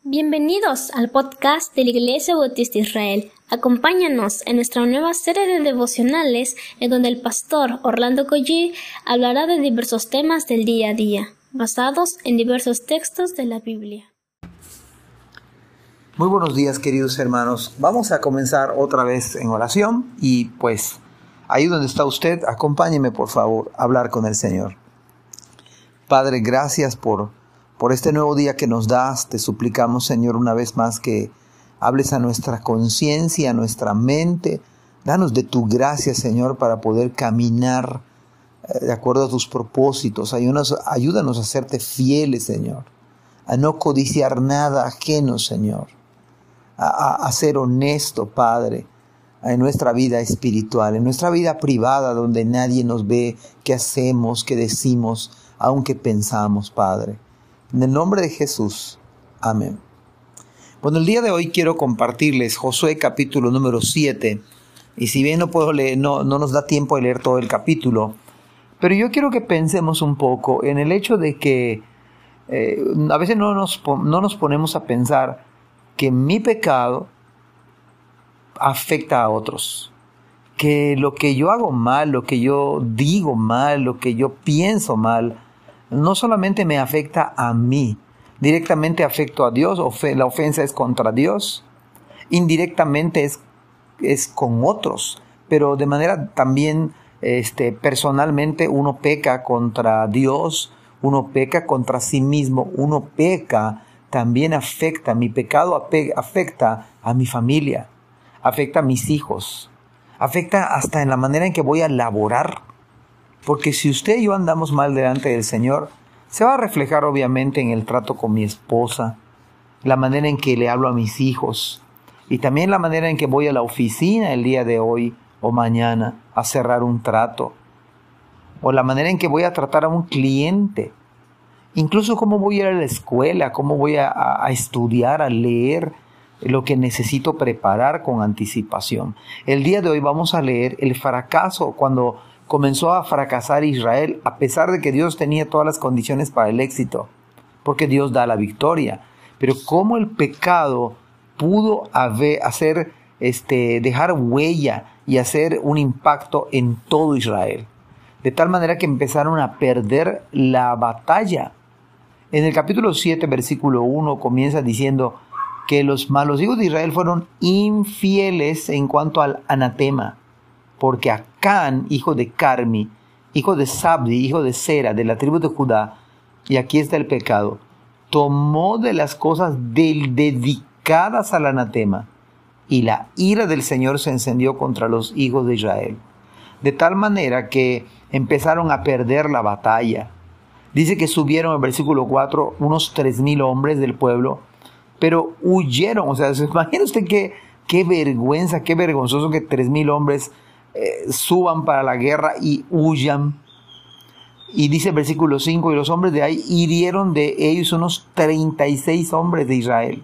Bienvenidos al podcast de la Iglesia Bautista Israel. Acompáñanos en nuestra nueva serie de devocionales en donde el pastor Orlando Collie hablará de diversos temas del día a día, basados en diversos textos de la Biblia. Muy buenos días, queridos hermanos. Vamos a comenzar otra vez en oración y pues ahí donde está usted, acompáñeme por favor a hablar con el Señor. Padre, gracias por este nuevo día que nos das. Te suplicamos, Señor, una vez más que hables a nuestra conciencia, a nuestra mente. Danos de tu gracia, Señor, para poder caminar de acuerdo a tus propósitos. Ayúdanos a serte fieles, Señor, a no codiciar nada ajeno, Señor, a ser honesto, Padre, en nuestra vida espiritual, en nuestra vida privada, donde nadie nos ve qué hacemos, qué decimos, aunque pensamos, Padre. En el nombre de Jesús. Amén. Bueno, el día de hoy quiero compartirles Josué capítulo número 7. Y si bien no puedo leer, no nos da tiempo de leer todo el capítulo, pero yo quiero que pensemos un poco en el hecho de que a veces no nos ponemos a pensar que mi pecado afecta a otros. Que lo que yo hago mal, lo que yo digo mal, lo que yo pienso mal, no solamente me afecta a mí, directamente afecto a Dios, la ofensa es contra Dios, indirectamente es con otros, pero de manera también personalmente uno peca contra Dios, uno peca contra sí mismo, uno peca, también afecta, mi pecado afecta a mi familia, afecta a mis hijos, afecta hasta en la manera en que voy a laborar. Porque si usted y yo andamos mal delante del Señor, se va a reflejar obviamente en el trato con mi esposa, la manera en que le hablo a mis hijos y también la manera en que voy a la oficina el día de hoy o mañana a cerrar un trato, o la manera en que voy a tratar a un cliente, incluso cómo voy a ir a la escuela, cómo voy a estudiar, a leer lo que necesito preparar con anticipación. El día de hoy vamos a leer el fracaso cuando comenzó a fracasar Israel, a pesar de que Dios tenía todas las condiciones para el éxito, porque Dios da la victoria. Pero cómo el pecado pudo dejar huella y hacer un impacto en todo Israel, de tal manera que empezaron a perder la batalla. En el capítulo 7, versículo 1, comienza diciendo que los hijos de Israel fueron infieles en cuanto al anatema, porque Acán, hijo de Carmi, hijo de Sabdi, hijo de Sera, de la tribu de Judá, y aquí está el pecado, tomó de las cosas dedicadas al anatema, y la ira del Señor se encendió contra los hijos de Israel, de tal manera que empezaron a perder la batalla. Dice que subieron, en el versículo 4, unos 3,000 hombres del pueblo, pero huyeron. O sea, ¿se imagina usted qué vergüenza, qué vergonzoso que 3,000 hombres suban para la guerra y huyan? Y dice el versículo 5, y los hombres de ahí hirieron de ellos unos 36 hombres de Israel,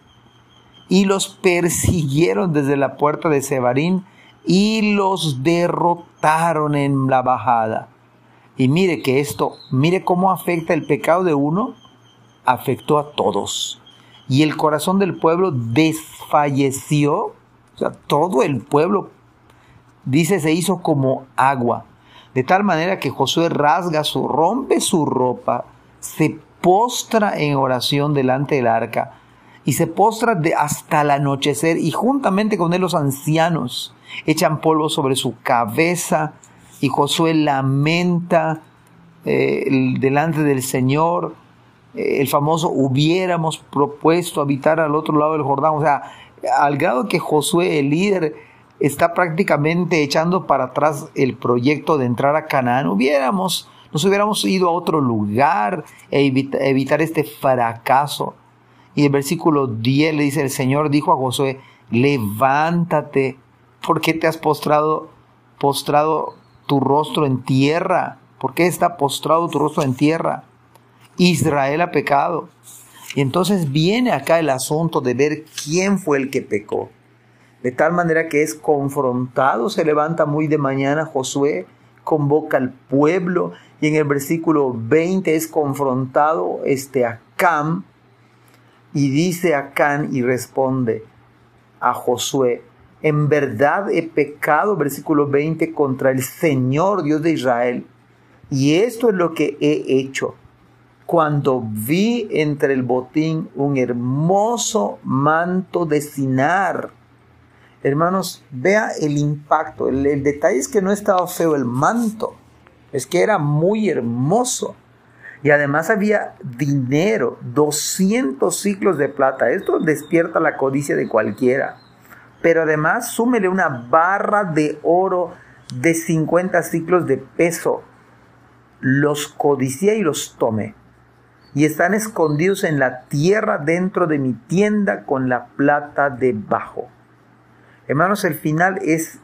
y los persiguieron desde la puerta de Sebarín, y los derrotaron en la bajada. Y mire cómo afecta el pecado de uno, afectó a todos. Y el corazón del pueblo desfalleció, o sea, todo el pueblo, dice, se hizo como agua, de tal manera que Josué rompe su ropa, se postra en oración delante del arca, y se postra hasta el anochecer, y juntamente con él los ancianos echan polvo sobre su cabeza, y Josué lamenta delante del Señor. El famoso hubiéramos propuesto habitar al otro lado del Jordán, o sea, al grado que Josué, el líder, está prácticamente echando para atrás el proyecto de entrar a Canaán. Nos hubiéramos ido a otro lugar e evitar este fracaso. Y el versículo 10 le dice: el Señor dijo a Josué, levántate, ¿por qué te has postrado tu rostro en tierra? ¿Por qué está postrado tu rostro en tierra? Israel ha pecado. Y entonces viene acá el asunto de ver quién fue el que pecó. De tal manera que es confrontado, se levanta muy de mañana Josué, convoca al pueblo, y en el versículo 20 es confrontado Acán, Y dice Acán y responde a Josué: en verdad he pecado, versículo 20, contra el Señor Dios de Israel. Y esto es lo que he hecho. Cuando vi entre el botín un hermoso manto de Sinar. Hermanos, vea el impacto. El detalle es que no estaba feo el manto. Es que era muy hermoso. Y además había dinero, 200 siclos de plata. Esto despierta la codicia de cualquiera. Pero además súmele una barra de oro de 50 siclos de peso. Los codicié y los tomé. Y están escondidos en la tierra dentro de mi tienda con la plata debajo. Hermanos, el final es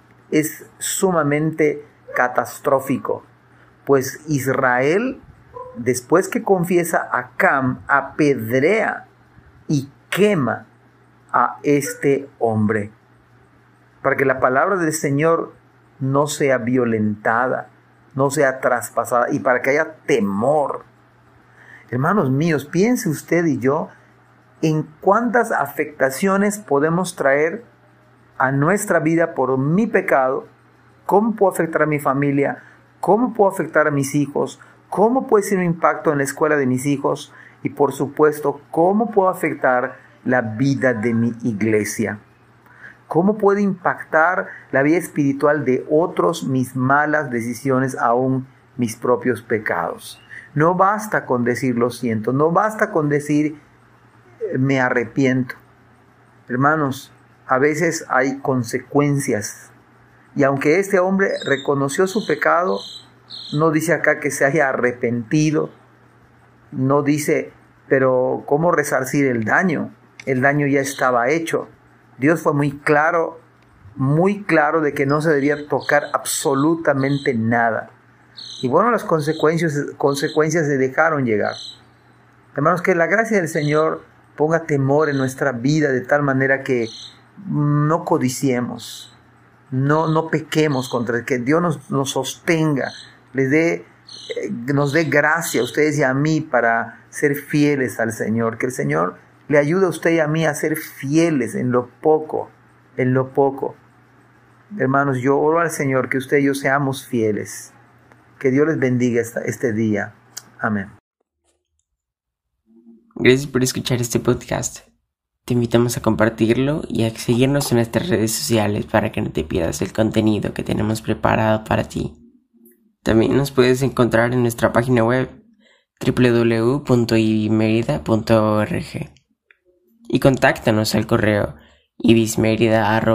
sumamente catastrófico. Pues Israel, después que confiesa a Acán, apedrea y quema a este hombre, para que la palabra del Señor no sea violentada, no sea traspasada, y para que haya temor. Hermanos míos, piense usted y yo en cuántas afectaciones podemos traer a nuestra vida por mi pecado. ¿Cómo puedo afectar a mi familia? ¿Cómo puedo afectar a mis hijos? ¿Cómo puede ser un impacto en la escuela de mis hijos? Y por supuesto, ¿cómo puedo afectar la vida de mi iglesia? ¿Cómo puede impactar la vida espiritual de otros mis malas decisiones, aún mis propios pecados? No basta con decir lo siento, no basta con decir me arrepiento. Hermanos, a veces hay consecuencias. Y aunque este hombre reconoció su pecado, no dice acá que se haya arrepentido, no dice, pero ¿cómo resarcir el daño? El daño ya estaba hecho. Dios fue muy claro de que no se debía tocar absolutamente nada. Y bueno, las consecuencias se dejaron llegar. Hermanos, que la gracia del Señor ponga temor en nuestra vida de tal manera que no codiciemos, no pequemos contra que Dios nos sostenga, nos dé gracia a ustedes y a mí para ser fieles al Señor. Que el Señor le ayude a usted y a mí a ser fieles en lo poco. Hermanos, yo oro al Señor que usted y yo seamos fieles. Que Dios les bendiga este día. Amén. Gracias por escuchar este podcast. Te invitamos a compartirlo y a seguirnos en nuestras redes sociales para que no te pierdas el contenido que tenemos preparado para ti. También nos puedes encontrar en nuestra página web www.ibismerida.org y contáctanos al correo ibismerida@.